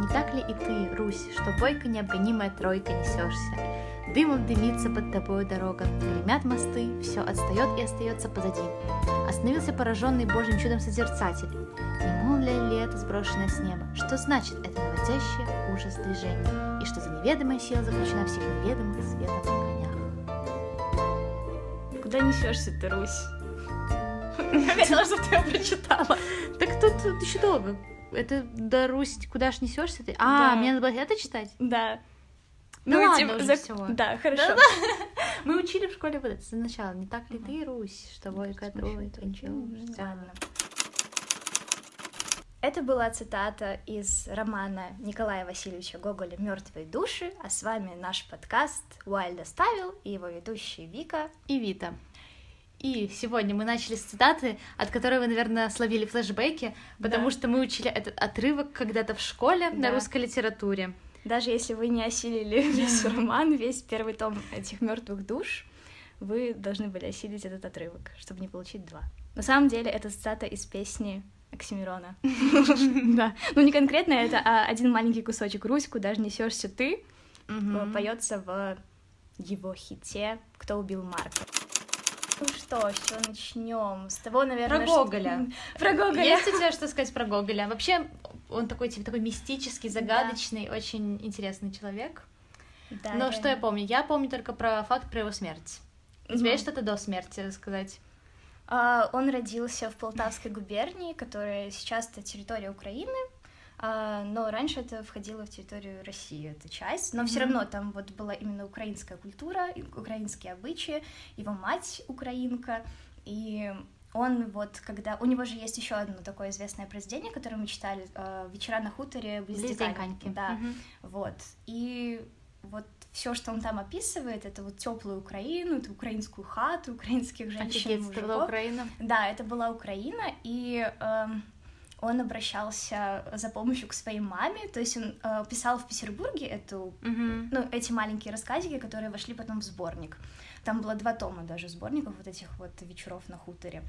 Не так ли и ты, Русь, что бойко необгонимая тройка несешься? Дымом дымится под тобою дорога, гремят мосты, все отстает и остается позади. Остановился пораженный Божьим чудом созерцатель. Не молния ли это, сброшенное с неба? Что значит это наводящее ужас движение? И что за неведомая сила заключена в всех неведомых светом огнях? Куда несешься ты, Русь? Я хотела, чтобы ты ее прочитала. Так тут еще долго. Это до Русь, куда ж несешься ты? Да. Мне надо было это читать? Да. Ну ладно, уже всё. Да, хорошо. Мы учили в школе вот это сначала. Не так ли ты, Русь, что бойко тройка несешься? Ладно. Это была цитата из романа Николая Васильевича Гоголя «Мертвые души», а с вами наш подкаст «Уайльд оставил» и его ведущие Вика и Вита. И сегодня мы начали с цитаты, от которой вы, наверное, словили флешбеки, потому что мы учили этот отрывок когда-то в школе на русской литературе. Даже если вы не осилили весь роман, весь первый том этих «Мертвых душ», вы должны были осилить этот отрывок, чтобы не получить 2. На самом деле, это цитата из песни Оксимирона. Да. Ну, не конкретно это, а один маленький кусочек. «Русь, куда же несешься ты?» поется в его хите «Кто убил Марка». Ну что, с чего начнем? С того, наверное, про Гоголя. Про Гоголя. Есть у тебя что сказать про Гоголя? Вообще, он такой, типа, такой мистический, загадочный, очень интересный человек. Да, но что я помню? Я помню только про факт про его смерть. У тебя есть что-то до смерти рассказать? Он родился в Полтавской губернии, которая сейчас-то территория Украины, но раньше это входило в территорию России, эта часть, но все равно там вот была именно украинская культура, украинские обычаи, его мать украинка, и он вот, когда... У него же есть еще одно такое известное произведение, которое мы читали, «Вечера на хуторе близ Диканьки». Да, вот, и вот все, что он там описывает, это вот теплую Украину, это украинскую хату, украинских женщин, мужиков. Это была Украина? Да, это была Украина, и он обращался за помощью к своей маме, то есть он писал в Петербурге эти маленькие рассказики, которые вошли потом в сборник. Там было 2 тома даже сборников вот этих вот вечеров на хуторе.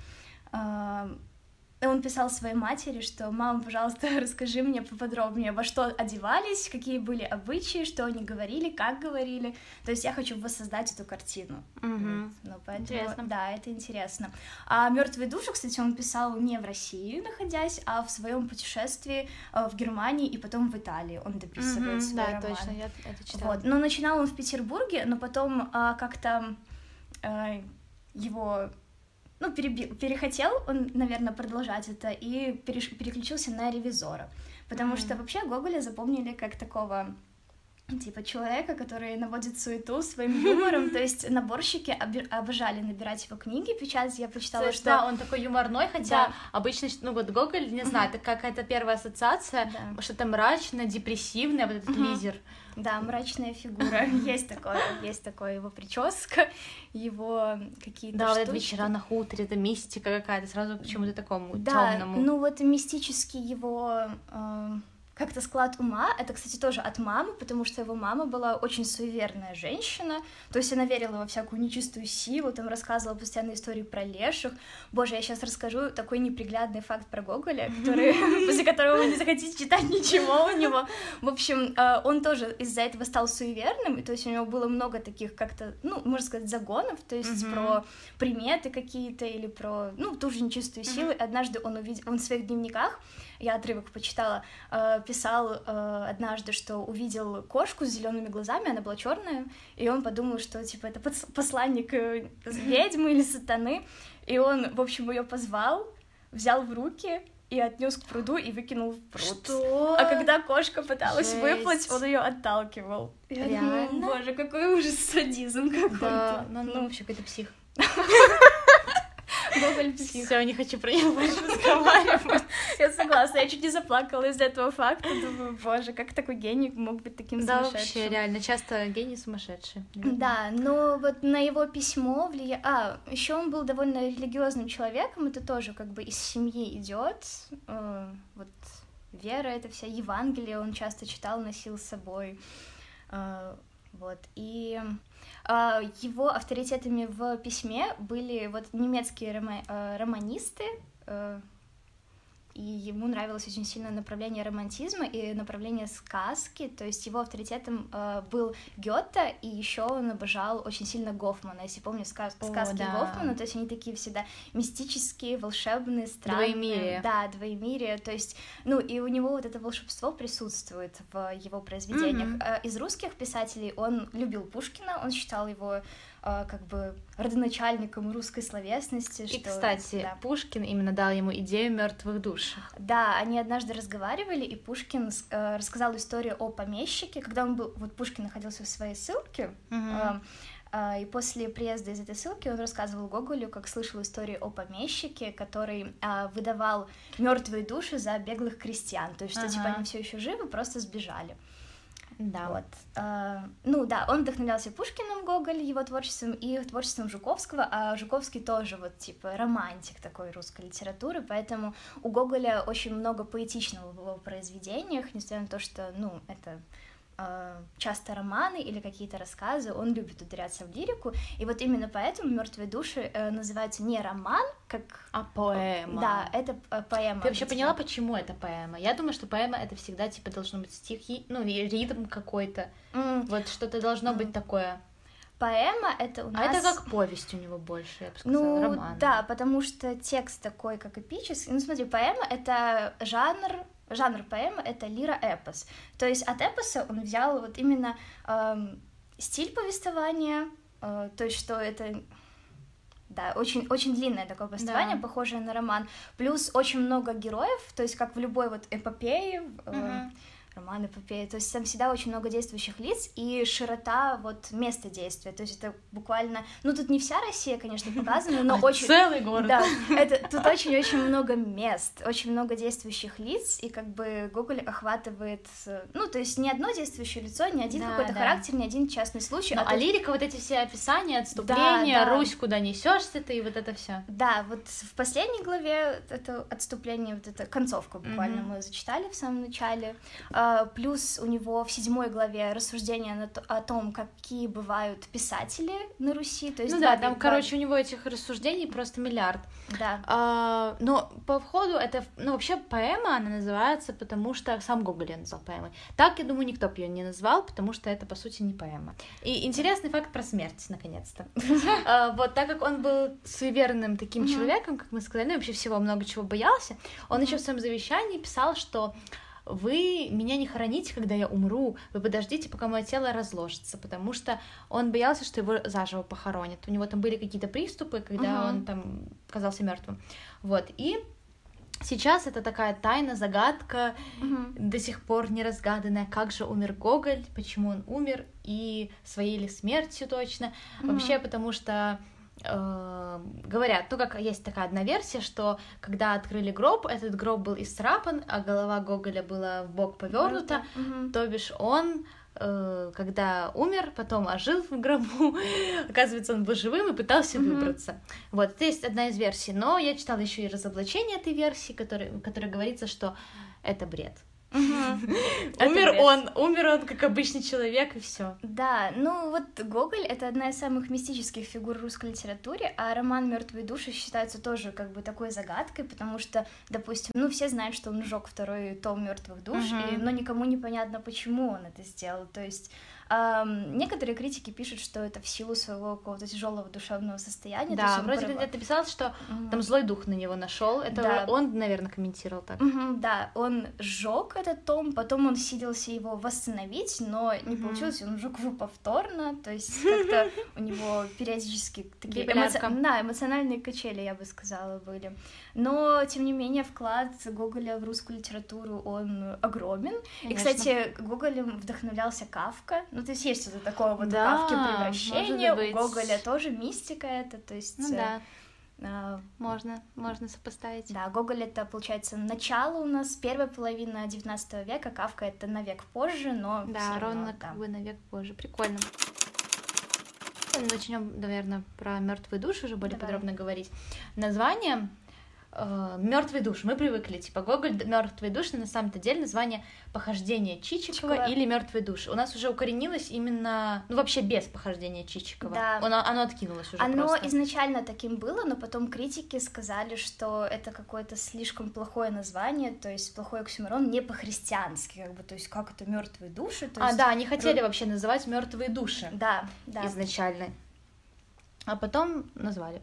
Он писал своей матери, что «Мама, пожалуйста, расскажи мне поподробнее, во что одевались, какие были обычаи, что они говорили, как говорили. То есть я хочу воссоздать эту картину». Ну, поэтому, интересно. Да, это интересно. А «Мертвые души», кстати, он писал не в России, находясь, а в своем путешествии в Германии и потом в Италии. Он дописывает свой роман. Да, точно, я это читала. Вот. Но начинал он в Петербурге, но потом как-то его... перехотел он, наверное, продолжать это и переключился на ревизора, потому что вообще Гоголя запомнили как такого, типа, человека, который наводит суету своим юмором, то есть наборщики обожали набирать его книги, печатать, я прочитала, что... Да, он такой юморной, хотя обычно, вот Гоголь, не знаю, это какая-то первая ассоциация, что-то мрачное, депрессивное, вот этот лидер. Да, мрачная фигура, есть такое его прическа, его какие-то да, штучки. Да, «Вечера на хуторе», это мистика какая-то, сразу к чему-то такому да, тёмному. Ну вот мистический его... как-то склад ума, это, кстати, тоже от мамы, потому что его мама была очень суеверная женщина, то есть она верила во всякую нечистую силу, там рассказывала постоянно истории про леших. Боже, я сейчас расскажу такой неприглядный факт про Гоголя, после которого вы не захотите читать ничего у него. В общем, он тоже из-за этого стал суеверным, и то есть у него было много таких как-то, можно сказать, загонов, то есть про приметы какие-то или про, ту же нечистую силу. Однажды он в своих дневниках, я отрывок почитала, писал однажды, что увидел кошку с зелеными глазами, она была черная, и он подумал, что типа это посланник ведьмы или сатаны, и он, в общем, ее позвал, взял в руки и отнес к пруду и выкинул в пруд. Что? А когда кошка пыталась выплыть, он ее отталкивал. Реально? Боже, какой ужас, садизм какой-то. Да, вообще какой-то псих. Гоголь псих. Всё, не хочу про него больше разговаривать. Я согласна, я чуть не заплакала из-за этого факта, думаю, боже, как такой гений мог быть таким сумасшедшим. Да, вообще, реально, часто гений сумасшедший. Да, но вот на его письмо еще он был довольно религиозным человеком, это тоже как бы из семьи идет. Вот вера, это вся Евангелие, он часто читал, носил с собой. Вот, и его авторитетами в письме были вот немецкие романисты, и ему нравилось очень сильно направление романтизма и направление сказки, то есть его авторитетом был Гёте, и еще он обожал очень сильно Гофмана, если помню сказки Гофмана, то есть они такие всегда мистические, волшебные, странные. Двоемирие. Да, двоемирие, то есть, и у него вот это волшебство присутствует в его произведениях. Из русских писателей он любил Пушкина, он считал его как бы родоначальником русской словесности. И, кстати, Пушкин именно дал ему идею «Мертвых душ». Да, они однажды разговаривали, и Пушкин рассказал историю о помещике, когда Пушкин находился в своей ссылке, и после приезда из этой ссылки он рассказывал Гоголю, как слышал историю о помещике, который выдавал мертвые души за беглых крестьян, то есть что типа они все еще живы, просто сбежали. Да. Вот. Он вдохновлялся Пушкиным, Гоголь, его творчеством, и творчеством Жуковского, а Жуковский тоже романтик такой русской литературы, поэтому у Гоголя очень много поэтичного в его произведениях, несмотря на то, что, это часто романы или какие-то рассказы, он любит ударяться в лирику, и вот именно поэтому «Мертвые души» называются не роман, а поэма. Да, это поэма. Ты вообще поняла, почему это поэма? Я думаю, что поэма — это всегда, должно быть стихи, ритм какой-то, вот что-то должно быть такое. Поэма — это у нас... А это как повесть у него больше, я бы сказала, роман. Да, потому что текст такой, как эпический. Смотри, поэма — это жанр поэмы — это лиро-эпос. То есть от эпоса он взял именно стиль повествования, то есть что это... Да, очень, очень длинное такое повествование, похожее на роман. Плюс очень много героев, то есть как в любой эпопее, роман, эпопея, то есть там всегда очень много действующих лиц и широта места действия, то есть это буквально, тут не вся Россия, конечно, показана, но очень... Целый город. Да, тут очень-очень много мест, очень много действующих лиц, и как бы Гоголь охватывает, то есть не одно действующее лицо, не один какой-то характер, не один частный случай. А лирика, эти все описания, отступления, Русь, куда несешься ты, и вот это все. Да, в последней главе это отступление, это концовка буквально мы зачитали в самом начале. Плюс у него в 7 главе рассуждения о том, какие бывают писатели на Руси. То есть у него этих рассуждений просто миллиард. Да. Но по входу это, вообще поэма, она называется, потому что сам Гоголь ее назвал поэмой. Так, я думаю, никто бы ее не назвал, потому что это, по сути, не поэма. И интересный факт про смерть, наконец-то. Так как он был суеверным таким человеком, как мы сказали, вообще всего много чего боялся, он еще в своем завещании писал, что вы меня не хороните, когда я умру, вы подождите, пока мое тело разложится, потому что он боялся, что его заживо похоронят. У него там были какие-то приступы, когда он там казался мертвым. И сейчас это такая тайна, загадка, до сих пор не разгаданная, как же умер Гоголь, почему он умер, и своей ли смертью точно. Вообще, потому что говорят, как есть такая одна версия, что когда открыли гроб, этот гроб был исцарапан, а голова Гоголя была в бок повернута, то бишь он, когда умер, потом ожил в гробу, оказывается, он был живым и пытался выбраться. Это есть одна из версий, но я читала еще и разоблачение этой версии, которой говорится, что это бред. Умер он как обычный человек, и все. Да, Гоголь — это одна из самых мистических фигур в русской литературе, а роман «Мертвые души» считается тоже как бы такой загадкой, потому что, допустим, все знают, что он сжег 2-й том «Мертвых душ», но никому не понятно, почему он это сделал, то есть некоторые критики пишут, что это в силу своего какого-то тяжелого душевного состояния. Да, вроде где-то писал, что там злой дух на него нашел. Это он, наверное, комментировал так. Да, он сжег этот том, потом он сиделся его восстановить, но не получилось, он сжег его повторно, то есть как-то у него периодически такие эмоциональные качели, я бы сказала, были. Но, тем не менее, вклад Гоголя в русскую литературу, он огромен. Конечно. И, кстати, Гоголем вдохновлялся Кафка. То есть есть что-то такое у Кафки превращение, у Гоголя тоже мистика это, то есть... Можно сопоставить. Да, Гоголь — это, получается, начало у нас, первая половина 19 века, Кафка — это на век позже, но... Да, ровно как бы на век позже. Прикольно. Начнем, наверное, про «Мертвые души» уже более подробно говорить. Название Мертвые души. Мы привыкли, типа, Гоголь, мертвые души, на самом-то деле название похождения Чичикова или мертвые души. У нас уже укоренилось именно, ну, вообще без похождения Чичикова. Да. Оно откинулось уже Оно просто. изначально таким было, но потом критики сказали, что это какое-то слишком плохое название, то есть плохой оксюморон, не по-христиански, как бы, то есть как это мертвые души. То есть... да, они хотели вообще называть мертвые души. Да. Изначально. А потом назвали.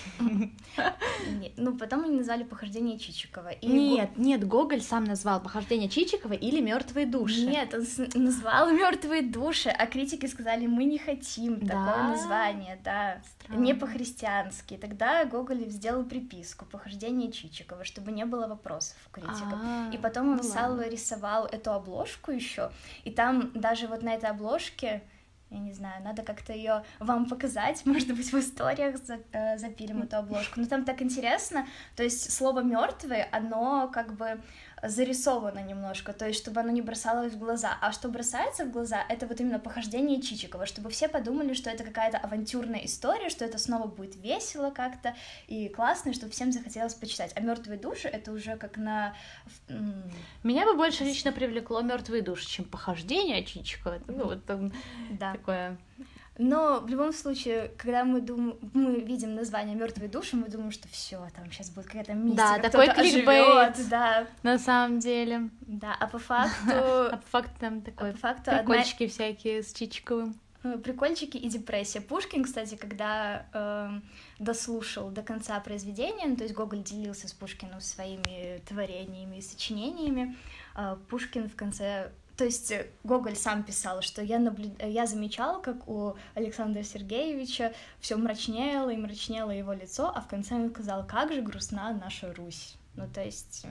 Нет, ну потом они назвали похождение Чичикова. Нет, Гоголь сам назвал похождение Чичикова или мертвые души. Нет, он назвал мертвые души, а критики сказали, мы не хотим такое название, да, не по-христиански. Тогда Гоголь сделал приписку похождение Чичикова, чтобы не было вопросов у критиков. И потом он рисовал эту обложку еще, и там даже вот на этой обложке, я не знаю, надо как-то ее вам показать, может быть, в историях запилим эту обложку. Но там так интересно, то есть слово мертвый, оно как бы зарисовано немножко, то есть чтобы оно не бросалось в глаза. А что бросается в глаза, это вот именно похождение Чичикова, чтобы все подумали, что это какая-то авантюрная история, что это снова будет весело как-то и классно, и чтобы всем захотелось почитать. А мертвые души это уже как на... Меня бы больше лично привлекло мертвые души, чем похождение Чичикова. Ну, вот там такое... Но в любом случае, когда мы видим название мертвые души, мы думаем, что все, там сейчас будет какая-то мистика, да, такой кликбейт, да, на самом деле. Да, а по факту там такой прикольчики всякие с Чичиковым. Прикольчики и депрессия. Пушкин, кстати, когда дослушал до конца произведения, ну, то есть Гоголь делился с Пушкиным своими творениями и сочинениями, Пушкин в конце... То есть Гоголь сам писал, что я замечал, как у Александра Сергеевича все мрачнело и мрачнело его лицо, а в конце он сказал, как же грустна наша Русь. Ну, то есть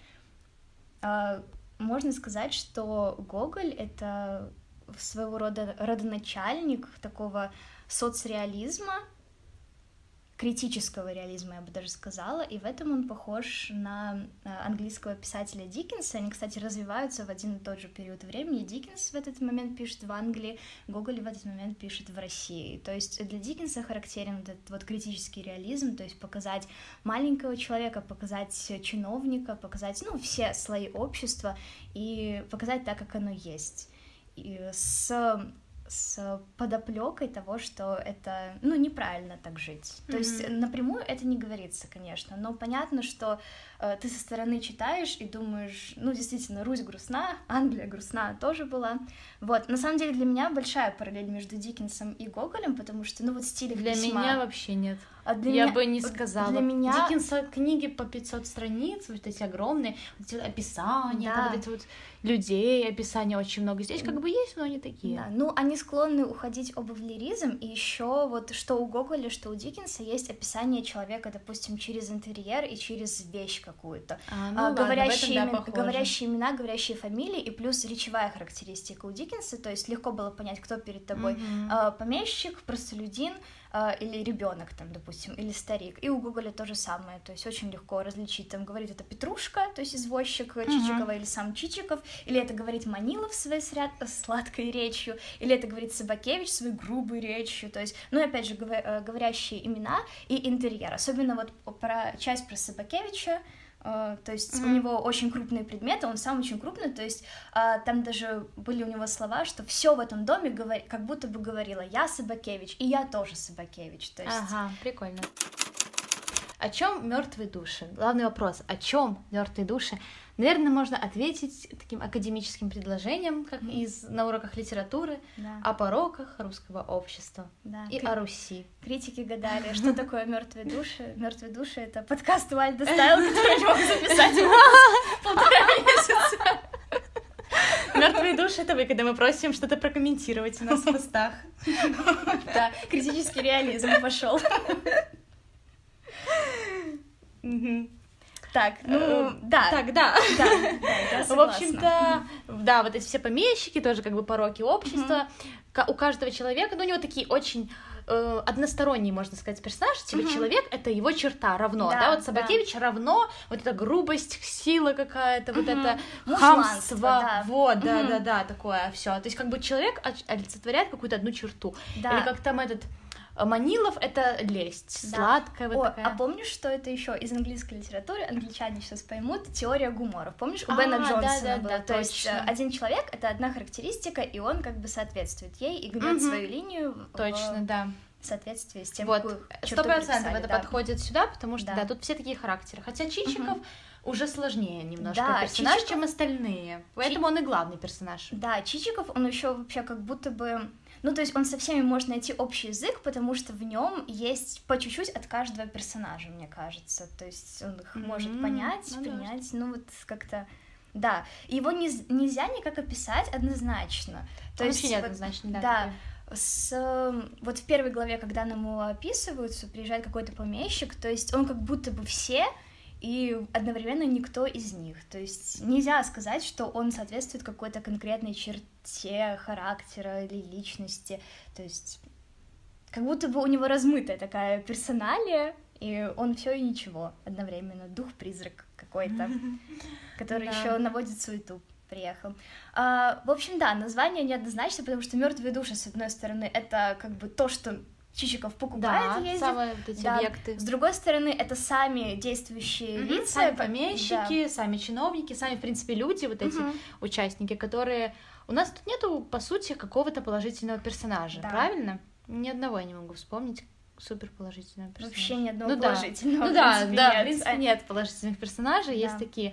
можно сказать, что Гоголь — это своего рода родоначальник такого соцреализма, критического реализма, я бы даже сказала, и в этом он похож на английского писателя Диккенса. Они, кстати, развиваются в один и тот же период времени. Диккенс в этот момент пишет в Англии, Гоголь в этот момент пишет в России. То есть для Диккенса характерен вот этот вот критический реализм, то есть показать маленького человека, показать чиновника, показать, ну, все слои общества и показать так, как оно есть. И с подоплекой того, что это, ну, неправильно так жить. То есть напрямую это не говорится, конечно, но понятно, что ты со стороны читаешь и думаешь, ну, действительно, Русь грустна, Англия грустна тоже была. Вот, на самом деле для меня большая параллель между Диккенсом и Гоголем, потому что, ну, вот стиль их письма... Для меня вообще нет. Я бы не сказала. Для меня... Диккенса книги по 500 страниц, вот эти огромные, вот эти описания, да. Вот эти вот людей, описания очень много. Здесь как бы есть, но они такие. Да, ну, они склонны уходить оба в лиризм, и еще вот что у Гоголя, что у Диккенса есть описание человека, допустим, через интерьер и через вещь какую-то. Говорящие имена, говорящие фамилии, и плюс речевая характеристика у Диккенса, то есть легко было понять, кто перед тобой. Помещик, простолюдин, или ребенок, там, допустим, или старик. И у Гоголя то же самое, то есть очень легко различить, там, говорит это Петрушка, то есть извозчик Чичикова, или сам Чичиков, или это говорит Манилов своей сладкой речью, или это говорит Собакевич своей грубой речью, то есть, ну, опять же, говорящие имена и интерьер, особенно вот часть про Собакевича, то есть у него очень крупные предметы, он сам очень крупный, то есть там даже были у него слова, что все в этом доме как будто бы говорила я Собакевич, и я тоже Собакевич, то есть... Ага, прикольно. О чем мертвые души? Главный вопрос, о чем мертвые души? Наверное, можно ответить таким академическим предложением, как на уроках литературы, о пороках русского общества и о Руси. Критики гадали, что такое мертвые души. Мертвые души — это подкаст Wild the Style, который не мог записать полтора месяца. Мертвые души — это вы, когда мы просим что-то прокомментировать у нас в постах. Да, критический реализм пошел. Так, ну, да. Так, да. В общем-то, да, вот эти все помещики, тоже как бы пороки общества. У каждого человека, ну, у него такие очень односторонний, можно сказать, персонаж. Типа человек — это его черта, равно. Да, вот Собакевич равно вот эта грубость, сила какая-то, вот это хамство. Да. Вот, да, такое все. То есть как бы человек олицетворяет какую-то одну черту. Да. Или как там этот... Манилов — это лесть, сладкая вот такая. А помнишь, что это еще из английской литературы, англичане сейчас поймут, теория гумора. Помнишь, у Бена Джонсона было? То есть один человек — это одна характеристика, и он как бы соответствует ей и гнет свою линию в соответствии с тем, какую черту 100% приписали, это подходит сюда, потому что, тут все такие характеры. Хотя Чичиков уже сложнее немножко персонаж, чем остальные. Поэтому он и главный персонаж. Да, Чичиков, он еще вообще как будто бы... Ну, то есть он со всеми может найти общий язык, потому что в нем есть по чуть-чуть от каждого персонажа, мне кажется. То есть он их может понять, принять, ну вот как-то... Да, его нельзя никак описать однозначно. То есть вообще неоднозначно, да. Вот в первой главе, когда нам его описываются, приезжает какой-то помещик, то есть он как будто бы все, и одновременно никто из них. То есть нельзя сказать, что он соответствует какой-то конкретной черте характера или личности. То есть как будто бы у него размытая такая персоналия, и он все и ничего одновременно. Дух-призрак какой-то, который еще наводит суету. Приехал. В общем, да, название неоднозначно, потому что мертвые души, с одной стороны, это как бы то, что Чичиков покупает, ездит. Самые вот эти объекты. С другой стороны, это сами действующие лица. Сами помещики, сами чиновники, сами, в принципе, люди, вот эти участники, которые... У нас тут нету, по сути, какого-то положительного персонажа, правильно? Ни одного я не могу вспомнить суперположительного персонажа. Вообще ни одного положительного. В принципе, нет положительных персонажей, есть такие...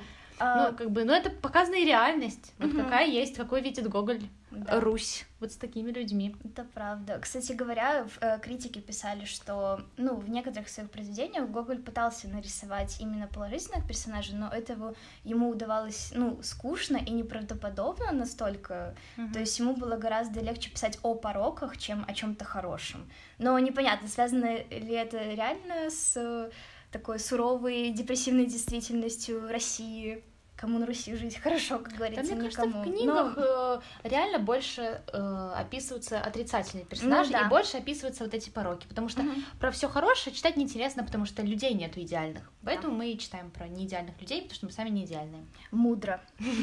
это показанная реальность, вот какая есть, какой видит Гоголь Русь, вот с такими людьми. Это правда. Кстати говоря, критики писали, что, в некоторых своих произведениях Гоголь пытался нарисовать именно положительных персонажей, но этого ему удавалось, скучно и неправдоподобно настолько, то есть ему было гораздо легче писать о пороках, чем о чем-то хорошем. Но непонятно, связано ли это реально с такой суровой, депрессивной действительностью России. Кому на Руси жить хорошо, как говорится, мне никому. Кажется, в книгах реально больше описываются отрицательные персонажи, и больше описываются вот эти пороки, потому что про все хорошее читать неинтересно, потому что людей нету идеальных. Поэтому мы и читаем про неидеальных людей, потому что мы сами не идеальные. Мудро.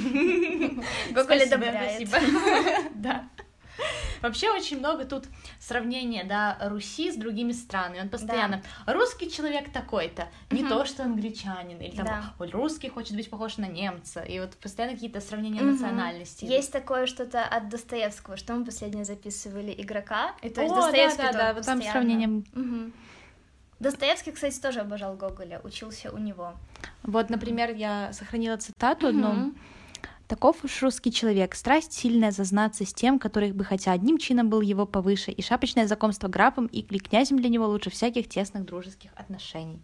Гоголь одобряет. Да. Вообще очень много тут сравнения, Руси с другими странами. Он постоянно русский человек такой-то, не то что англичанин, или русский хочет быть похож на немца, и вот постоянно какие-то сравнения национальностей. Есть такое что-то от Достоевского, что мы последнее записывали «Игрока», и то есть Достоевский тоже вот там сравнение. Достоевский, кстати, тоже обожал Гоголя, учился у него. Вот, например, я сохранила цитату одну. «Таков уж русский человек, страсть сильная зазнаться с тем, который бы хотя одним чином был его повыше, и шапочное знакомство графом или князем для него лучше всяких тесных дружеских отношений».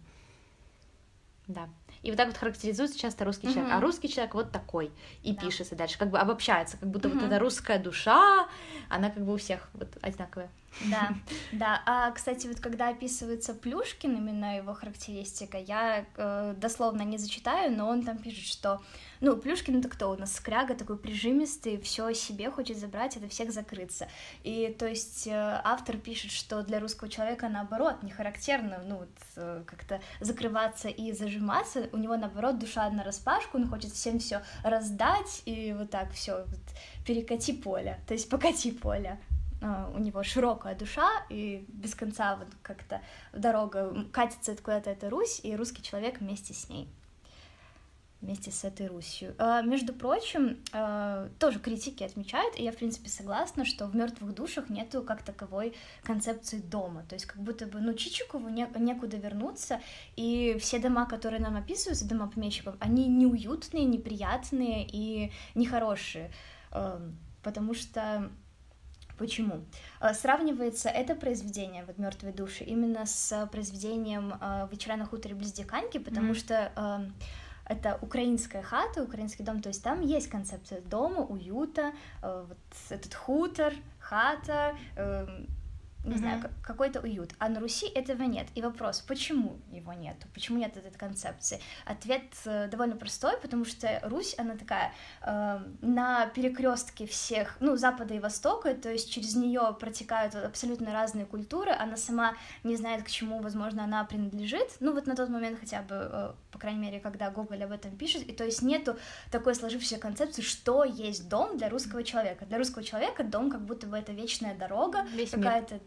Да. И вот так вот характеризуется часто русский человек. А русский человек вот такой. И пишется дальше, как бы обобщается, как будто вот эта русская душа, она как бы у всех вот одинаковая. Да. А, кстати, вот когда описывается Плюшкин, именно его характеристика, я дословно не зачитаю, но он там пишет, что, Плюшкин — это кто у нас? Скряга, такой прижимистый, все о себе хочет забрать, это всех закрыться. И, то есть, автор пишет, что для русского человека, наоборот, не характерно, как-то закрываться и зажиматься, у него, наоборот, душа нараспашку, он хочет всем все раздать, и вот так все перекати поле, то есть покати поле. У него широкая душа, и без конца вот как-то дорога катится куда-то эта Русь, и русский человек вместе с ней, вместе с этой Русью. Между прочим, тоже критики отмечают, и я, в принципе, согласна, что в «Мертвых душах» нету как таковой концепции дома, то есть как будто бы, Чичикову некуда вернуться, и все дома, которые нам описываются, дома помещиков, они неуютные, неприятные и нехорошие, потому что... Почему? Сравнивается это произведение, вот «Мертвые души», именно с произведением «Вечера на хуторе близ Диканьки», потому что это украинская хата, украинский дом, то есть там есть концепция дома, уюта, вот этот хутор, хата, не знаю, какой-то уют. А на Руси этого нет. И вопрос, почему его нету? Почему нет этой концепции? Ответ довольно простой, потому что Русь, она такая на перекрестке всех, Запада и Востока, то есть через нее протекают абсолютно разные культуры, она сама не знает, к чему, возможно, она принадлежит, вот на тот момент хотя бы, по крайней мере, когда Гоголь об этом пишет, и то есть нету такой сложившейся концепции, что есть дом для русского человека. Для русского человека дом как будто бы это вечная дорога, какая-то,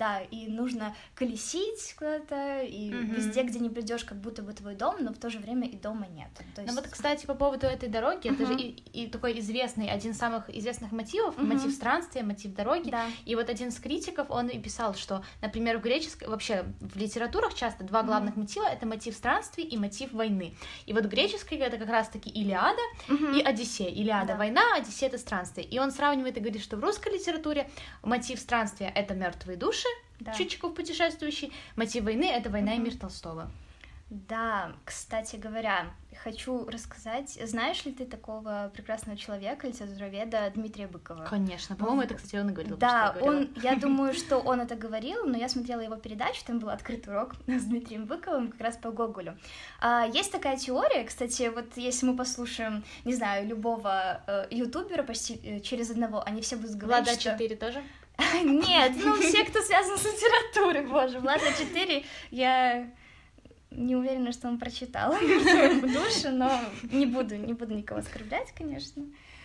да, и нужно колесить куда-то, и везде, где не придешь, как будто бы твой дом, но в то же время и дома нет. То есть... Ну вот, кстати, по поводу этой дороги, это же и такой известный, один из самых известных мотивов, мотив странствия, мотив дороги, и вот один из критиков, он и писал, что, например, в греческой, вообще в литературах часто два главных мотива — это мотив странствий и мотив войны, и вот в греческой это как раз-таки Илиада и Одиссея. Илиада — война, Одиссея — это странствие, и он сравнивает и говорит, что в русской литературе мотив странствия — это мертвые души, Чичиков путешествующий, мотив войны — это война и мир Толстого. Да, кстати говоря, хочу рассказать, знаешь ли ты такого прекрасного человека, литературоведа Дмитрия Быкова? Конечно, по-моему, это, кстати, он и говорил. Да, я думаю, что он это говорил, но я смотрела его передачу, там был открытый урок с Дмитрием Быковым как раз по Гоголю. Есть такая теория, кстати, вот если мы послушаем, не знаю, любого ютубера почти через одного, они все будут говорить, Влада 4 тоже? Нет, все, кто связан с литературой, боже, Влада 4, я... Не уверена, что он прочитал «Мертвые души», но не буду никого оскорблять, конечно,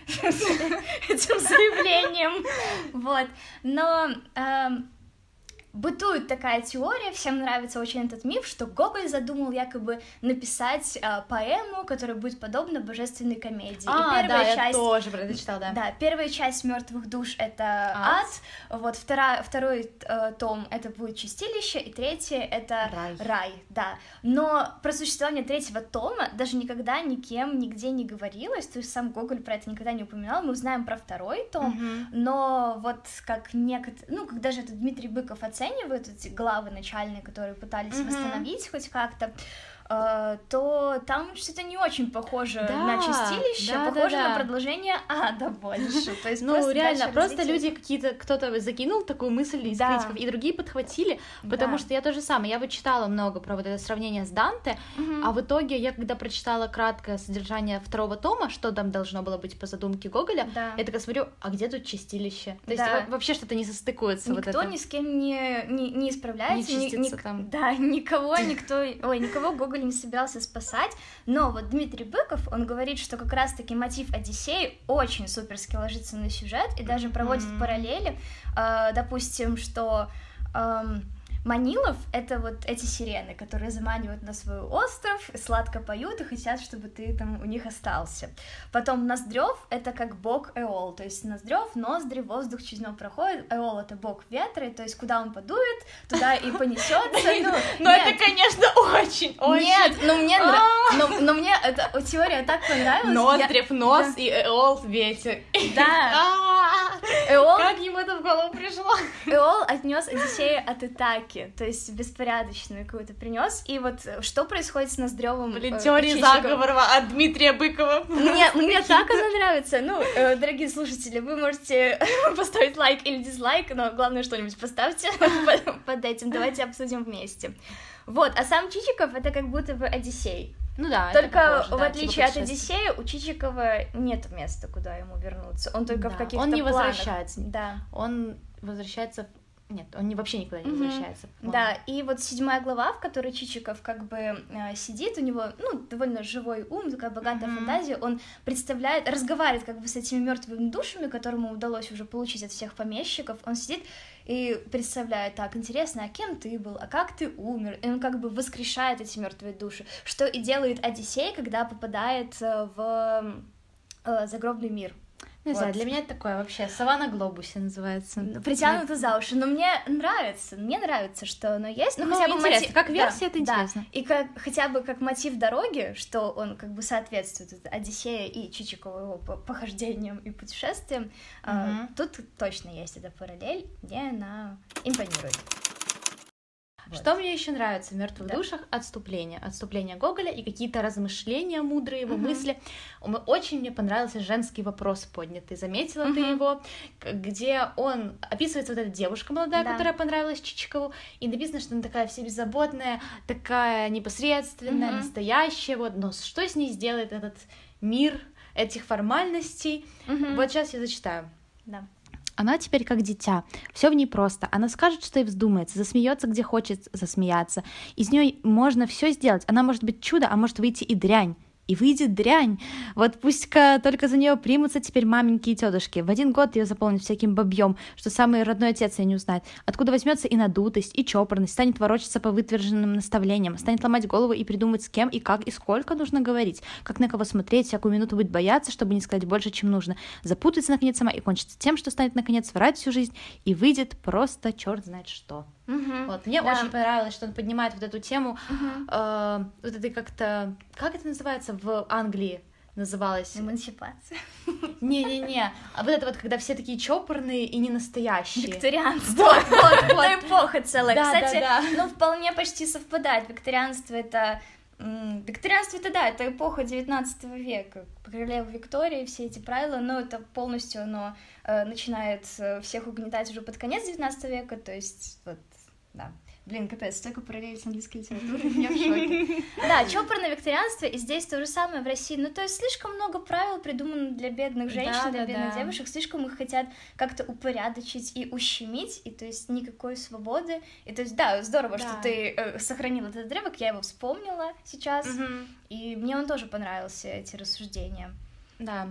этим заявлением, вот, но бытует такая теория, всем нравится очень этот миф, что Гоголь задумал якобы написать поэму, которая будет подобна божественной комедии. И первая часть... я тоже про это читала, да. Да, первая часть «Мертвых душ» — это ад, вот второй том — это будет чистилище, и третье — это рай, да. Но про существование третьего тома даже никогда никем нигде не говорилось, то есть сам Гоголь про это никогда не упоминал, мы узнаем про второй том, но вот как как даже это Дмитрий Быков оценивает эти главы начальные, которые пытались восстановить хоть как-то, то там что-то не очень похоже на чистилище, похоже на продолжение ада больше. То есть реально, просто люди кто-то закинул такую мысль из критиков, и другие подхватили, потому что я то же самое, я читала много про вот это сравнение с Данте, а в итоге я когда прочитала краткое содержание второго тома, что там должно было быть по задумке Гоголя, я такая смотрю, а где тут чистилище? То есть вообще что-то не состыкуется. Никто ни с кем не исправляется, не чистится там. Да, никого Гоголь не собирался спасать, но вот Дмитрий Быков, он говорит, что как раз-таки мотив Одиссеи очень суперски ложится на сюжет и даже проводит параллели, допустим, что Манилов — это вот эти сирены, которые заманивают на свой остров, сладко поют и хотят, чтобы ты там у них остался. Потом Ноздрев — это как бог Эол, то есть Ноздрев, ноздри, воздух через него проходит, Эол — это бог ветра, то есть куда он подует, туда и понесется. Ну это, конечно, очень. Нет, но мне эта теория так понравилась. Ноздрев, нос и Эол — ветер. Да. Как ему это в голову пришло? Эол отнес Одиссея от Итаки, то есть беспорядочную какую-то принес. И вот что происходит с Ноздревым? Теория заговора от Дмитрия Быкова. Мне так она нравится. Дорогие слушатели, вы можете поставить лайк или дизлайк, но главное что-нибудь поставьте под этим. Давайте обсудим вместе. Вот, а сам Чичиков — это как будто бы Одиссей. Ну да, только в отличие от Одиссея, у Чичикова нет места, куда ему вернуться. Он только в каких-то планах. Он не возвращается. Да. Он возвращается... Нет, он вообще никуда не возвращается. Да, и вот 7 глава, в которой Чичиков как бы сидит, у него, довольно живой ум, такая богатая фантазия, он разговаривает как бы с этими мертвыми душами, которые ему удалось уже получить от всех помещиков, он сидит и представляет, так, интересно, а кем ты был, а как ты умер, и он как бы воскрешает эти мертвые души, что и делает Одиссей, когда попадает в загробный мир. Не знаю, для меня это такое вообще сова на глобусе называется. Притянуто за уши, но мне нравится, что оно есть. Хотя бы интересно, как версия, это интересно. И хотя бы как мотив дороги, что он как бы соответствует Одиссея и Чичикову его похождениям и путешествиям, тут точно есть эта параллель, мне она импонирует. Вот. Что мне еще нравится в «Мертвых душах»? Отступление Гоголя и какие-то размышления мудрые, его мысли. Очень мне понравился женский вопрос поднятый, заметила ты его, где он описывается вот эта девушка молодая, которая понравилась Чичикову, и написано, что она такая вся беззаботная, такая непосредственная, настоящая, но что с ней сделает этот мир этих формальностей? Вот сейчас я зачитаю. Да. Она теперь как дитя, все в ней просто. Она скажет, что ей вздумается, засмеется, где хочет засмеяться. Из нее можно все сделать. Она может быть чудо, а может выйти и дрянь. и выйдет дрянь. Вот пусть-ка только за нее примутся теперь маменьки и тетушки. В 1 год ее заполнят всяким бабьем, что самый родной отец ее не узнает. Откуда возьмется и надутость, и чопорность, станет ворочаться по вытверженным наставлениям, станет ломать голову и придумать, с кем и как и сколько нужно говорить, как на кого смотреть, всякую минуту будет бояться, чтобы не сказать больше, чем нужно. Запутается, наконец, сама и кончится тем, что станет, наконец, врать всю жизнь, и выйдет просто черт знает что. Вот, мне очень понравилось, что он поднимает вот эту тему, вот это как-то, как это называется в Англии? Называлось? Эмансипация. Не-не-не, а вот это вот, когда все такие чопорные и не настоящие. Викторианство. Вот. Это эпоха целая. Кстати, да. ну, вполне почти совпадает. Викторианство, да, это эпоха 19 века. Королева Виктория, все эти правила, но это полностью оно начинает всех угнетать уже под конец 19 века, то есть, вот, да. Блин, капец, столько параллелей с английской литературой, я в шоке. Да, чопорное викторианство, и здесь то же самое в России. Ну, то есть слишком много правил придумано для бедных женщин, для бедных девушек, слишком их хотят как-то упорядочить и ущемить, и то есть никакой свободы. И то есть, да, здорово, что ты сохранила этот отрывок, я его вспомнила сейчас, и мне он тоже понравился, эти рассуждения. Да.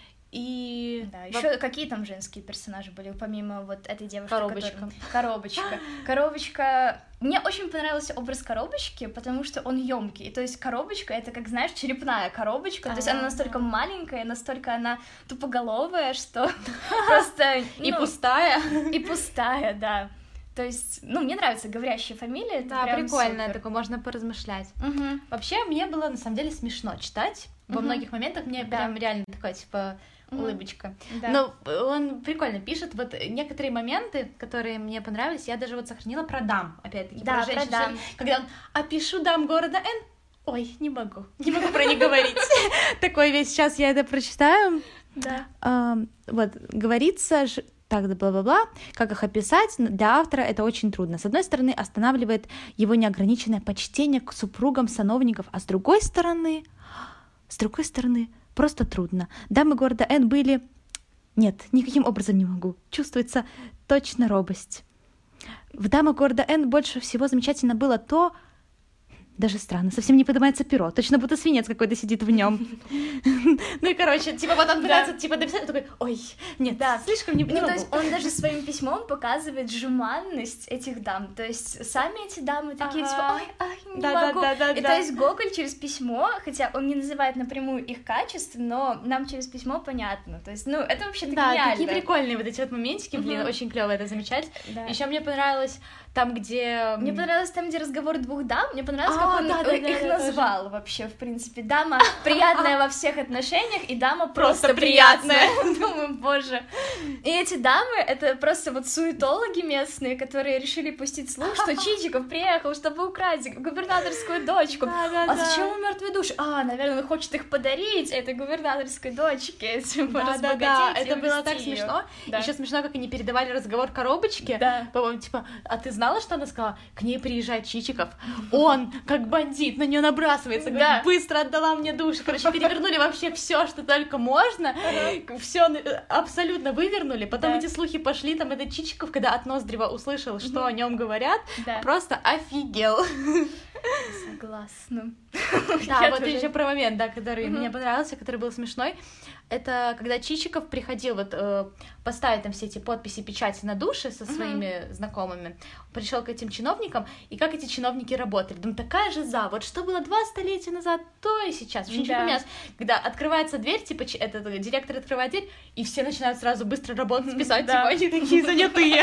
И да, еще какие там женские персонажи были, помимо вот этой девушки, Коробочка. Коробочка. Мне очень понравился образ коробочки, потому что он ёмкий. То есть коробочка — это, как знаешь, черепная коробочка. То есть она настолько маленькая, настолько она тупоголовая, что просто... И пустая. И пустая, да. То есть, ну, мне нравится говорящая фамилия. Да, прикольно, такое можно поразмышлять. Вообще, мне было, на самом деле, смешно читать. Во многих моментах мне прям реально такая, типа, улыбочка. Но он прикольно пишет. Вот некоторые моменты, которые мне понравились, я даже вот сохранила про дам, опять-таки, про женщин. Про дам. Когда он «опишу дам города Н». Ой, не могу про них говорить. Такой весь, сейчас я это прочитаю. Да. Вот, говорится... Так, бла-бла-бла, как их описать, для автора это очень трудно. С одной стороны, останавливает его неограниченное почтение к супругам сановников, а с другой стороны, просто трудно. Дамы города Н были... Нет, никаким образом не могу. Чувствуется точно робость. В дамах города Н больше всего замечательно было то... Даже странно, совсем не поднимается перо, точно будто свинец какой-то сидит в нем. Ну и, короче, типа вот он пытается типа дописать, такой, ой, нет, слишком не могу. То есть он даже своим письмом показывает жеманность этих дам, то есть сами эти дамы такие, типа, ой, не могу. И то есть Гоголь через письмо, хотя он не называет напрямую их качеств, но нам через письмо понятно, то есть, ну, это вообще-то гениально. Да, такие прикольные вот эти вот моментики, блин, очень клево это замечать. Еще мне понравилось там, где... Мне понравилось там, где разговор двух дам, мне понравилось, как он их назвал вообще, в принципе. Дама приятная во всех отношениях, и дама просто приятная. Думаю, боже. И эти дамы, это просто вот суетологи местные, которые решили пустить слух, что Чичиков приехал, чтобы украсть губернаторскую дочку. А зачем ему мертвые души? Наверное, он хочет их подарить этой губернаторской дочке, разбогатеть. Да, это было так смешно. Еще смешно, как они передавали разговор коробочке. По-моему, типа, а ты знала, что она сказала? К ней приезжает Чичиков, он, как бандит, на нее набрасывается, говорит, быстро отдала мне душу. Короче, перевернули вообще все, что только можно, все абсолютно вывернули. Потом эти слухи пошли, там этот Чичиков, когда от Ноздрева услышал, что о нем говорят, просто офигел. Согласна. Да, вот еще про момент, да, который мне понравился, который был смешной. Это когда Чичиков приходил вот поставить там все эти подписи, печати на души со своими знакомыми, пришел к этим чиновникам, и как эти чиновники работали. Думаю, такая же вот что было 2 столетия назад, то и сейчас. Вообще ничего не поменялось. Когда открывается дверь, типа, этот директор открывает дверь, и все начинают сразу быстро работать, писать, типа, они такие занятые.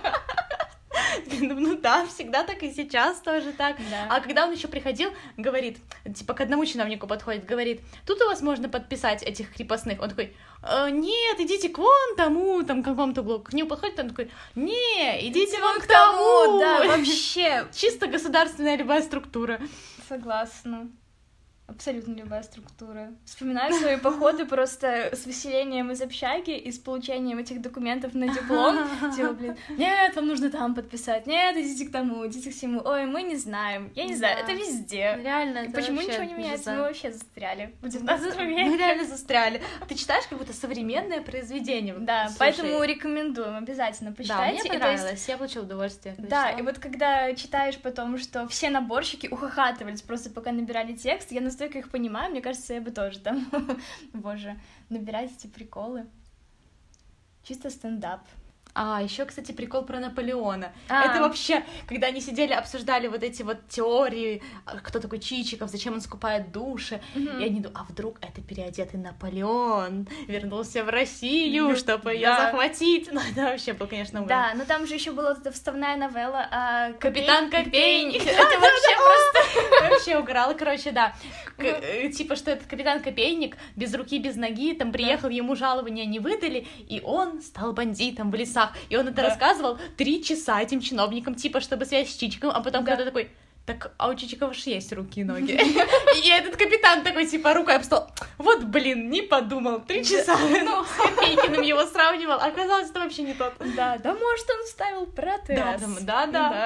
Ну да, всегда так и сейчас тоже так. А когда он еще приходил, говорит, типа к одному чиновнику подходит, говорит, тут у вас можно подписать этих крепостных. Он такой, нет, идите к вон тому, там, к какому-то углу. К нему подходит, он такой, не, идите вон к тому. Да, вообще. Чисто государственная любая структура. Согласна. Абсолютно любая структура. Вспоминаю свои походы просто с выселением из общаги и с получением этих документов на диплом. Типа, блин, нет, вам нужно там подписать, нет, идите к тому, идите к всему. Ой, мы не знаем, я не знаю, это везде. Реально, это почему ничего не меняется? Мы вообще застряли в 19 веке. Мы реально застряли. Ты читаешь как будто современное произведение. Да, поэтому рекомендуем, обязательно почитайте. Да, мне понравилось, я получила удовольствие. Да, и вот когда читаешь потом, что все наборщики ухахатывались просто пока набирали текст, я настолько настолько их понимаю, мне кажется, я бы тоже там, боже, набирать эти приколы. Чисто стендап. Еще, кстати, прикол про Наполеона. Это вообще, когда они сидели, обсуждали вот эти вот теории, кто такой Чичиков, зачем он скупает души, и они думают, а вдруг это переодетый Наполеон вернулся в Россию, чтобы ее захватить. Ну, это вообще был, конечно, угар. Да, но там же еще была эта вставная новелла «Капитан Копейник». Это вообще просто... Вообще угорала, короче, да. Типа, что этот капитан Копейник без руки, без ноги, там приехал, ему жалования не выдали, и он стал бандитом в лесах. И он это рассказывал 3 часа этим чиновникам, типа, чтобы связь с Чичиком, а потом кто-то такой, так, а у Чичикова же есть руки и ноги. И этот капитан такой, типа, рукой об стол, вот, блин, не подумал, 3 часа, ну, с Копейкиным его сравнивал, оказалось, это вообще не тот. Да, может, он вставил протез. Да.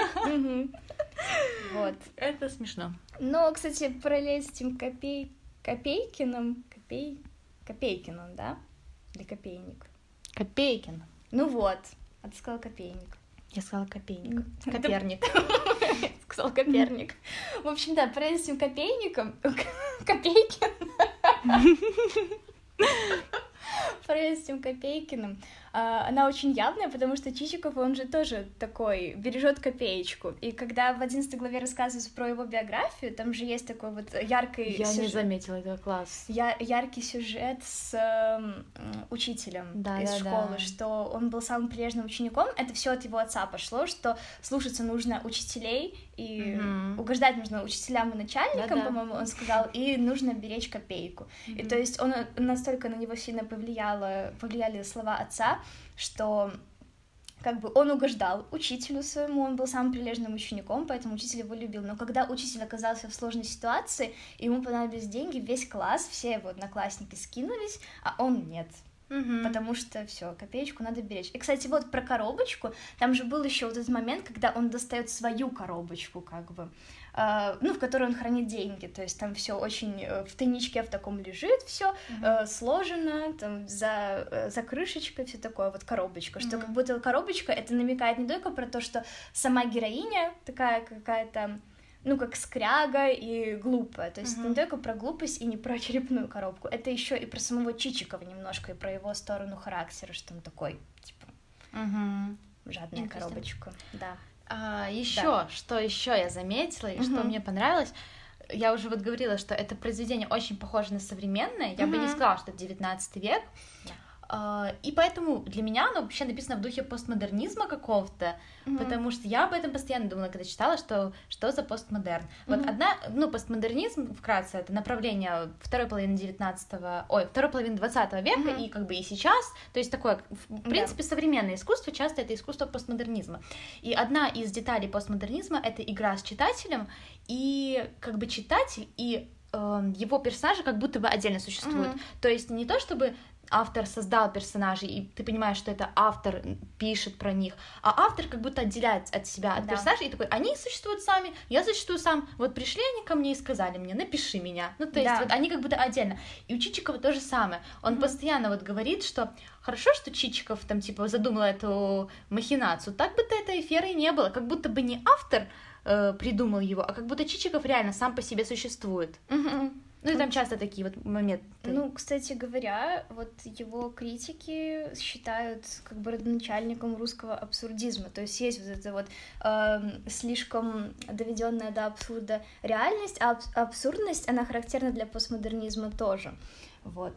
Вот. Это смешно. Но, кстати, параллель с этим Копейкиным, да? Или Копейник? Копейкин. Ну вот, а ты сказала Копейник. Я сказала Копейник. Коперник. Сказал Коперник. В общем, да, параллель с этим Копейником... Копейкин. Параллель с этим Копейкиным, она очень явная, потому что Чичиков, он же тоже такой, бережет копеечку. И когда в 11 главе рассказывается про его биографию, там же есть такой вот яркий Я не заметила, это класс. Яркий сюжет с учителем из школы, что он был самым прилежным учеником. Это все от его отца пошло, что слушаться нужно учителей, и угождать нужно учителям и начальникам, по-моему, он сказал, и нужно беречь копейку. И то есть он настолько на него сильно повлияли слова отца, что как бы он угождал учителю своему, он был самым прилежным учеником, поэтому учитель его любил. Но когда учитель оказался в сложной ситуации, ему понадобились деньги, весь класс, все его одноклассники скинулись, а он нет. Потому что все, копеечку надо беречь. И, кстати, вот про коробочку, там же был еще вот этот момент, когда он достает свою коробочку, как бы, в которой он хранит деньги. То есть там все очень в тайничке в таком лежит, все сложено, там за крышечкой, все такое, вот коробочка. Что как будто коробочка это намекает не только про то, что сама героиня такая какая-то, как скряга и глупая. То есть это не только про глупость и не про черепную коробку, это еще и про самого Чичикова немножко, и про его сторону характера, что он такой, типа, жадная коробочка. Да. Что еще я заметила, и что мне понравилось, я уже вот говорила, что это произведение очень похоже на современное, я бы не сказала, что это 19 век, и поэтому для меня оно вообще написано в духе постмодернизма какого-то, потому что я об этом постоянно думала, когда читала, что за постмодерн. Вот постмодернизм, вкратце, это направление второй половины 20 века, и как бы и сейчас, то есть такое, в принципе, современное искусство, часто это искусство постмодернизма. И одна из деталей постмодернизма — это игра с читателем, и как бы читатель и его персонажи как будто бы отдельно существуют. То есть не то, чтобы автор создал персонажей, и ты понимаешь, что это автор пишет про них, а автор как будто отделяет от себя, от персонажей, и такой, они существуют сами, я существую сам, вот пришли они ко мне и сказали мне, напиши меня, то есть вот они как будто отдельно. И у Чичикова то же самое, он постоянно вот говорит, что хорошо, что Чичиков там типа задумал эту махинацию, так бы-то этой аферы и не было, как будто бы не автор придумал его, а как будто Чичиков реально сам по себе существует. Ну и там часто такие вот моменты. Ну, кстати говоря, вот его критики считают как бы родоначальником русского абсурдизма. То есть есть вот эта вот слишком доведенная до абсурда реальность, а абсурдность, она характерна для постмодернизма тоже. Вот.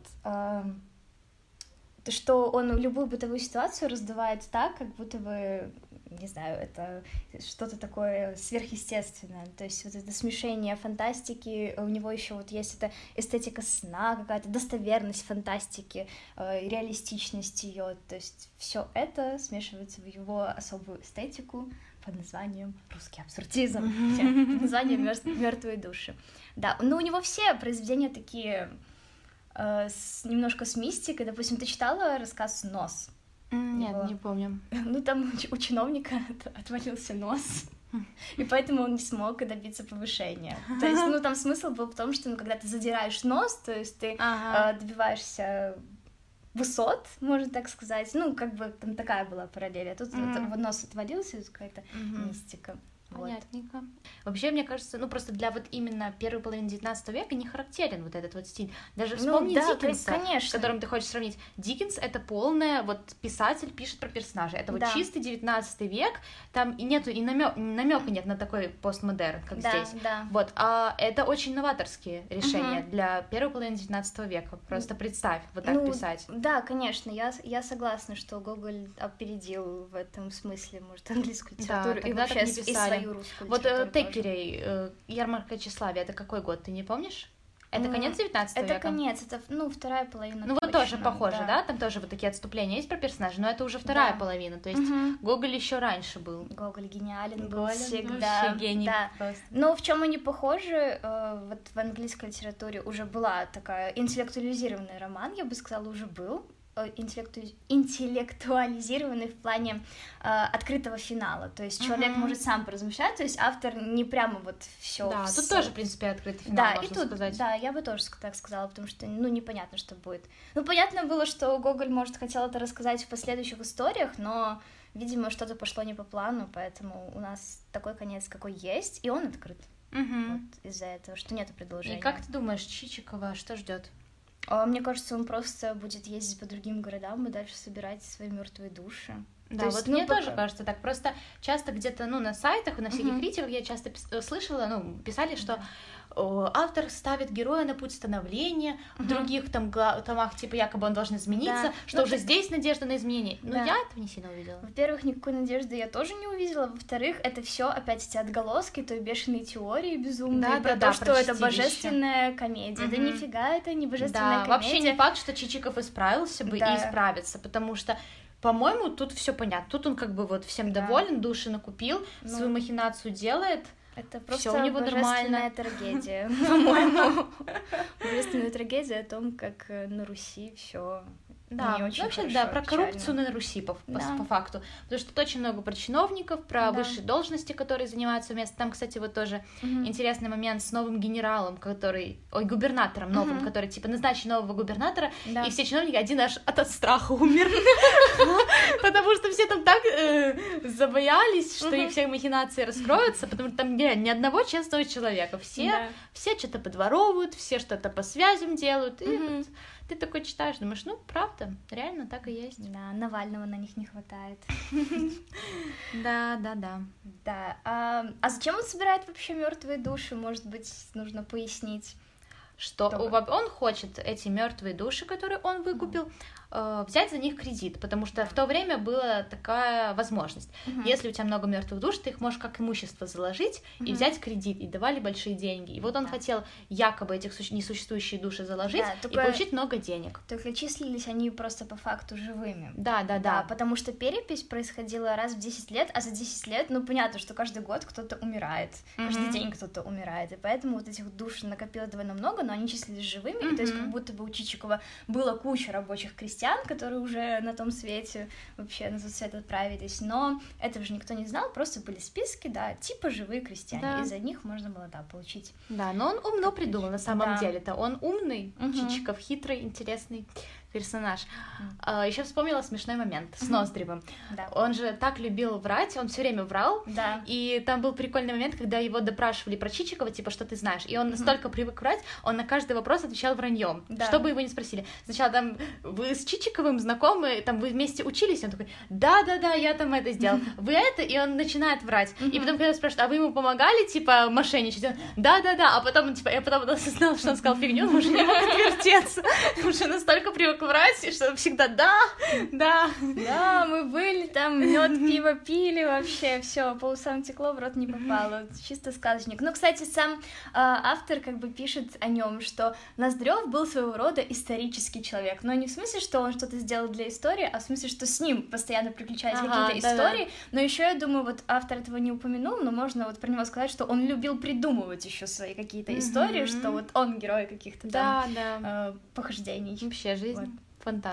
Что он любую бытовую ситуацию раздувает так, как будто бы, не знаю, это что-то такое сверхъестественное. То есть вот это смешение фантастики, у него еще вот есть эта эстетика сна, какая-то достоверность фантастики, реалистичность ее. То есть все это смешивается в его особую эстетику под названием русский абсурдизм, под названием «Мертвые души». Да, но у него все произведения такие немножко с мистикой. Допустим, ты читала рассказ «Нос»? Нет, не помню. Ну, там у чиновника отвалился нос, и поэтому он не смог добиться повышения. То есть, там смысл был в том, что, когда ты задираешь нос, то есть ты добиваешься высот, можно так сказать, как бы там такая была параллель, а тут нос отвалился, какая-то мистика. Понятненько. Вообще, мне кажется, просто для вот именно первой половины 19 века не характерен вот этот вот стиль. Даже вспомни Диккенса, с которым ты хочешь сравнить. Диккенс — это полное, вот писатель пишет про персонажей. Это вот чистый 19 век, там и нету, и намека нет на такой постмодерн, как здесь. Вот, а это очень новаторские решения для первой половины 19 века. Просто представь, вот так писать. Да, конечно, я согласна, что Гоголь опередил в этом смысле, может, английскую литературу и вообще и свою русскую литературу. Вот Теккерей, «Ярмарка тщеславия», это какой год, ты не помнишь? Это конец 19 века? Это конец, это, вторая половина. Вот тоже похоже, да? Там тоже вот такие отступления есть про персонажей, но это уже вторая половина, то есть Гоголь еще раньше был. Гоголь гениален был всегда. Вообще гений просто. Но в чем они похожи, вот в английской литературе уже была такая интеллектуализированный роман, я бы сказала, уже был. Интеллектуализированный в плане открытого финала, то есть человек может сам поразмышлять, то есть автор не прямо вот все. Да, тут тоже, в принципе, открытый финал, можно сказать. Да, я бы тоже так сказала, потому что, непонятно, что будет. Понятно было, что Гоголь, может, хотел это рассказать в последующих историях, но, видимо, что-то пошло не по плану, поэтому у нас такой конец, какой есть, и он открыт. Вот из-за этого, что нету продолжения. И как ты думаешь, Чичикова что ждет? Мне кажется, он просто будет ездить по другим городам и дальше собирать свои мертвые души. Да, вот мне тоже кажется так. Просто часто где-то, на сайтах, на всяких критиках я часто слышала, писали, что автор ставит героя на путь становления, в других томах, типа, якобы он должен измениться, что уже здесь надежда на изменение. Но я этого не сильно увидела. Во-первых, никакой надежды я тоже не увидела. Во-вторых, это все опять эти отголоски той бешеной теории безумной про то, что это божественная комедия. Да нифига это не божественная комедия. Вообще не факт, что Чичиков исправился бы и исправится, потому что, по-моему, тут все понятно. Тут он как бы вот всем доволен, души накупил, свою махинацию делает. Это просто у него божественная трагедия, по-моему. Божественная трагедия о том, как на Руси все не очень вообще, хорошо, про коррупцию на Руси, по факту. Потому что тут очень много про чиновников, про высшие должности, которые занимаются вместо. Там, кстати, вот тоже интересный момент с новым генералом, губернатором новым, который, типа, назначил нового губернатора, и все чиновники один аж от страха умер. Потому что все там так забоялись, что их все махинации раскроются, потому что там ни одного честного человека. Все что-то подворовывают, все что-то по связям делают, и ты такой читаешь, думаешь, правда, реально так и есть. Да, Навального на них не хватает. Да. Да. А зачем он собирает вообще мертвые души? Может быть, нужно пояснить. Что он хочет эти мертвые души, которые он выкупил, взять за них кредит, потому что в то время была такая возможность. Если у тебя много мертвых душ, ты их можешь как имущество заложить и взять кредит, и давали большие деньги. И вот он хотел якобы этих несуществующие души заложить и получить много денег. Только числились они просто по факту живыми. Да. Потому что перепись происходила раз в 10 лет, а за 10 лет, понятно, что каждый год кто-то умирает, каждый день кто-то умирает, и поэтому вот этих душ накопилось довольно много, но они числились живыми, и то есть как будто бы у Чичикова было куча рабочих крестьян, которые уже на том свете вообще на тот свет отправились, но этого же никто не знал, просто были списки, типа живые крестьяне, и за них можно было, получить. Да, но он умно придумал на самом деле-то, он умный, Чичиков, хитрый, интересный персонаж. Еще вспомнила смешной момент с Ноздревым. Он же так любил врать, он все время врал, и там был прикольный момент, когда его допрашивали про Чичикова, типа, что ты знаешь, и он настолько привык врать, он на каждый вопрос отвечал враньем, что бы его ни спросили. Сначала там, вы с Чичиковым знакомы, там, вы вместе учились, он такой, да, я там это сделал, вы это, и он начинает врать, и потом, когда спрашивают, а вы ему помогали, типа, мошенничать, он, да, а потом, типа, я потом осознала, что он сказал фигню, он уже не мог отвертеться, уже настолько привык врать, что всегда да, мы были там, мед, пиво пили, вообще все, по усам текло, в рот не попало, чисто сказочник. Кстати, сам автор как бы пишет о нем, что Ноздрев был своего рода исторический человек, но не в смысле, что он что-то сделал для истории, а в смысле, что с ним постоянно приключались какие-то истории, но еще я думаю, вот автор этого не упомянул, но можно вот про него сказать, что он любил придумывать еще свои какие-то истории, что вот он герой каких-то там похождений. Вообще жизнь. Фонтан.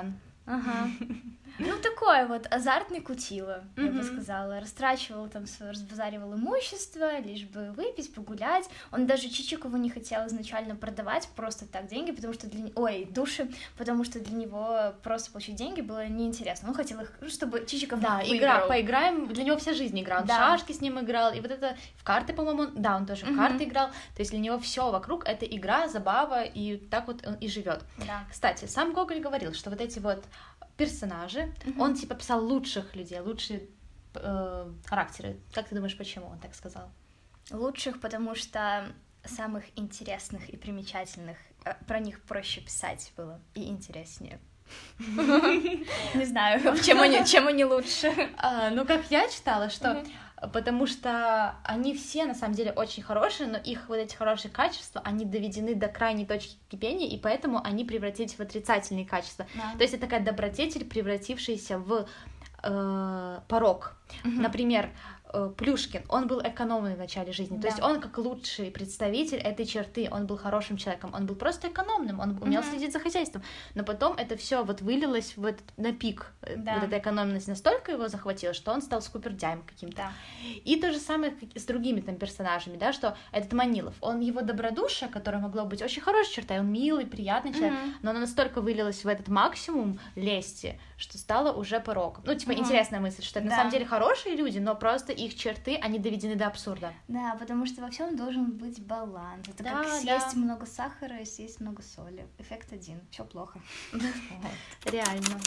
Ага. Ну, такое вот азартный кутила, я бы сказала. Растрачивал там, разбазаривал имущество, лишь бы выпить, погулять. Он даже Чичикову не хотел изначально продавать просто так деньги, потому что души, потому что для него просто получить деньги было неинтересно. Он хотел их, чтобы Чичиков выиграл. Поиграем, для него вся жизнь игра. Он в шашки с ним играл, и вот это в карты, по-моему, он тоже в карты играл. То есть для него все вокруг — это игра, забава, и так вот он и живет. Да. Кстати, сам Гоголь говорил, что вот эти вот персонажи, он типа писал лучших людей, лучшие характеры. Как ты думаешь, почему он так сказал? Лучших, потому что самых интересных и примечательных, про них проще писать было и интереснее. Не знаю, чем они лучше. Ну, как я читала, что потому что они все на самом деле очень хорошие, но их вот эти хорошие качества, они доведены до крайней точки кипения, и поэтому они превратились в отрицательные качества. То есть это такая добродетель, превратившаяся в порок. Например, Плюшкин, он был экономный в начале жизни, то есть он как лучший представитель этой черты, он был хорошим человеком, он был просто экономным, он умел следить за хозяйством, но потом это все вот вылилось на пик, вот эта экономность настолько его захватила, что он стал скупердяем каким-то. И то же самое с другими там персонажами, да, что этот Манилов, он его добродушие, которое могло быть очень хорошей чертой, он милый, приятный человек, но оно настолько вылилось в этот максимум лести, что стало уже пороком. Ну, типа, интересная мысль, что это на самом деле хорошие люди, но просто их черты, они доведены до абсурда. Да, потому что во всем должен быть баланс. Это как съесть много сахара и съесть много соли. Эффект один. Все плохо. Реально.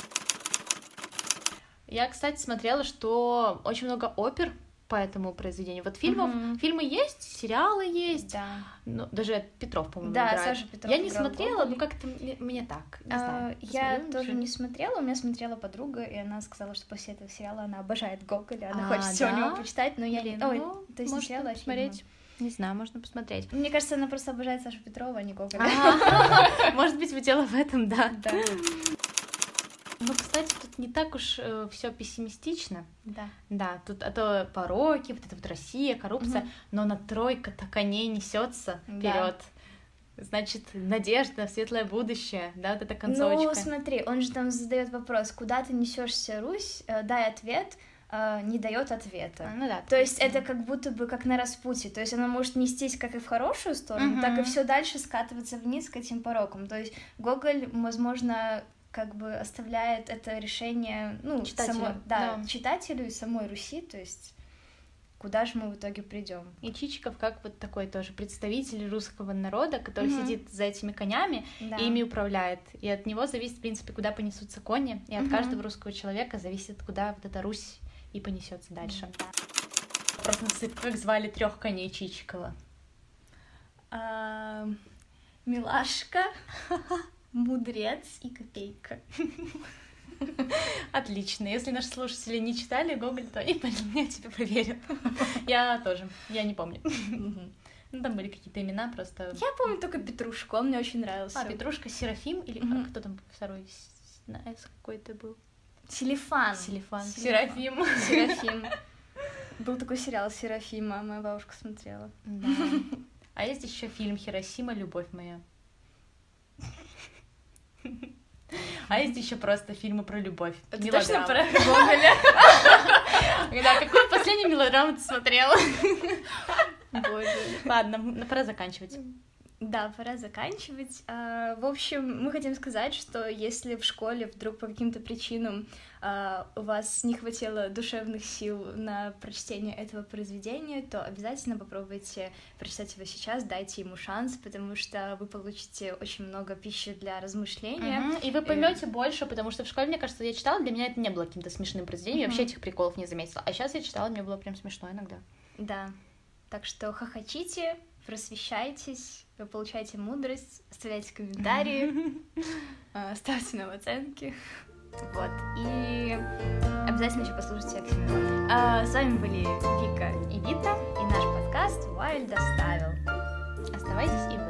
Я, кстати, смотрела, что очень много опер по этому произведению. Вот фильмы есть, сериалы есть. Да. Ну, даже Петров, по-моему, да, играет. Саша Петров. Я не смотрела, но как-то мне так, не знаю. Я тоже не смотрела, у меня смотрела подруга, и она сказала, что после этого сериала она обожает Гоголя, она хочет все у него почитать, но я... то есть не сериала, посмотреть. Не знаю, можно посмотреть. Мне кажется, она просто обожает Сашу Петрова, а не Гоголя. Может быть, дело в этом, да. Ну, кстати, тут не так уж все пессимистично. Да, тут то пороки, вот это вот Россия, коррупция, но на тройка-то коней несется вперед. Значит, надежда, светлое будущее, да, вот эта концовочка. Ну, смотри, он же там задает вопрос, куда ты несешься, Русь, дай ответ, не дает ответа. Ну да. То есть это как будто бы как на распутье, то есть она может нестись как и в хорошую сторону, так и все дальше скатываться вниз к этим порокам. То есть Гоголь, возможно, как бы оставляет это решение, ну, читателю и самой Руси, то есть куда же мы в итоге придем. И Чичиков как вот такой тоже представитель русского народа, который сидит за этими конями и ими управляет. И от него зависит, в принципе, куда понесутся кони, и от каждого русского человека зависит, куда вот эта Русь и понесется дальше. Просто насыпь, как звали 3 коней Чичикова? Милашка, Мудрец и Копейка. Отлично. Если наши слушатели не читали Гоголь, то я тебе поверю. Я тоже. Я не помню. Ну, там были какие-то имена просто... Я помню только Петрушку, он мне очень нравился. Петрушка, Серафим или кто там второй? Какой-то был? Серафим. Серафим. Был такой сериал «Серафима», моя бабушка смотрела. Да. А есть еще фильм «Хиросима. Любовь моя». А есть еще просто фильмы про любовь. Это точно про Гоголя? Да, какую последнюю мелодраму ты смотрела? Боже. Ладно, пора заканчивать. Да, пора заканчивать. В общем, мы хотим сказать, что если в школе вдруг по каким-то причинам у вас не хватило душевных сил на прочтение этого произведения, то обязательно попробуйте прочитать его сейчас, дайте ему шанс, потому что вы получите очень много пищи для размышления. И вы поймете больше, потому что в школе, мне кажется, я читала, для меня это не было каким-то смешным произведением, я вообще этих приколов не заметила. А сейчас я читала, мне было прям смешно иногда. Да, так что хохочите, просвещайтесь, вы получаете мудрость, оставляйте комментарии, ставьте нам оценки. Вот, и обязательно еще послушайте Оксимирона. С вами были Вика и Вита, и наш подкаст «Вайль доставил». Оставайтесь и вы.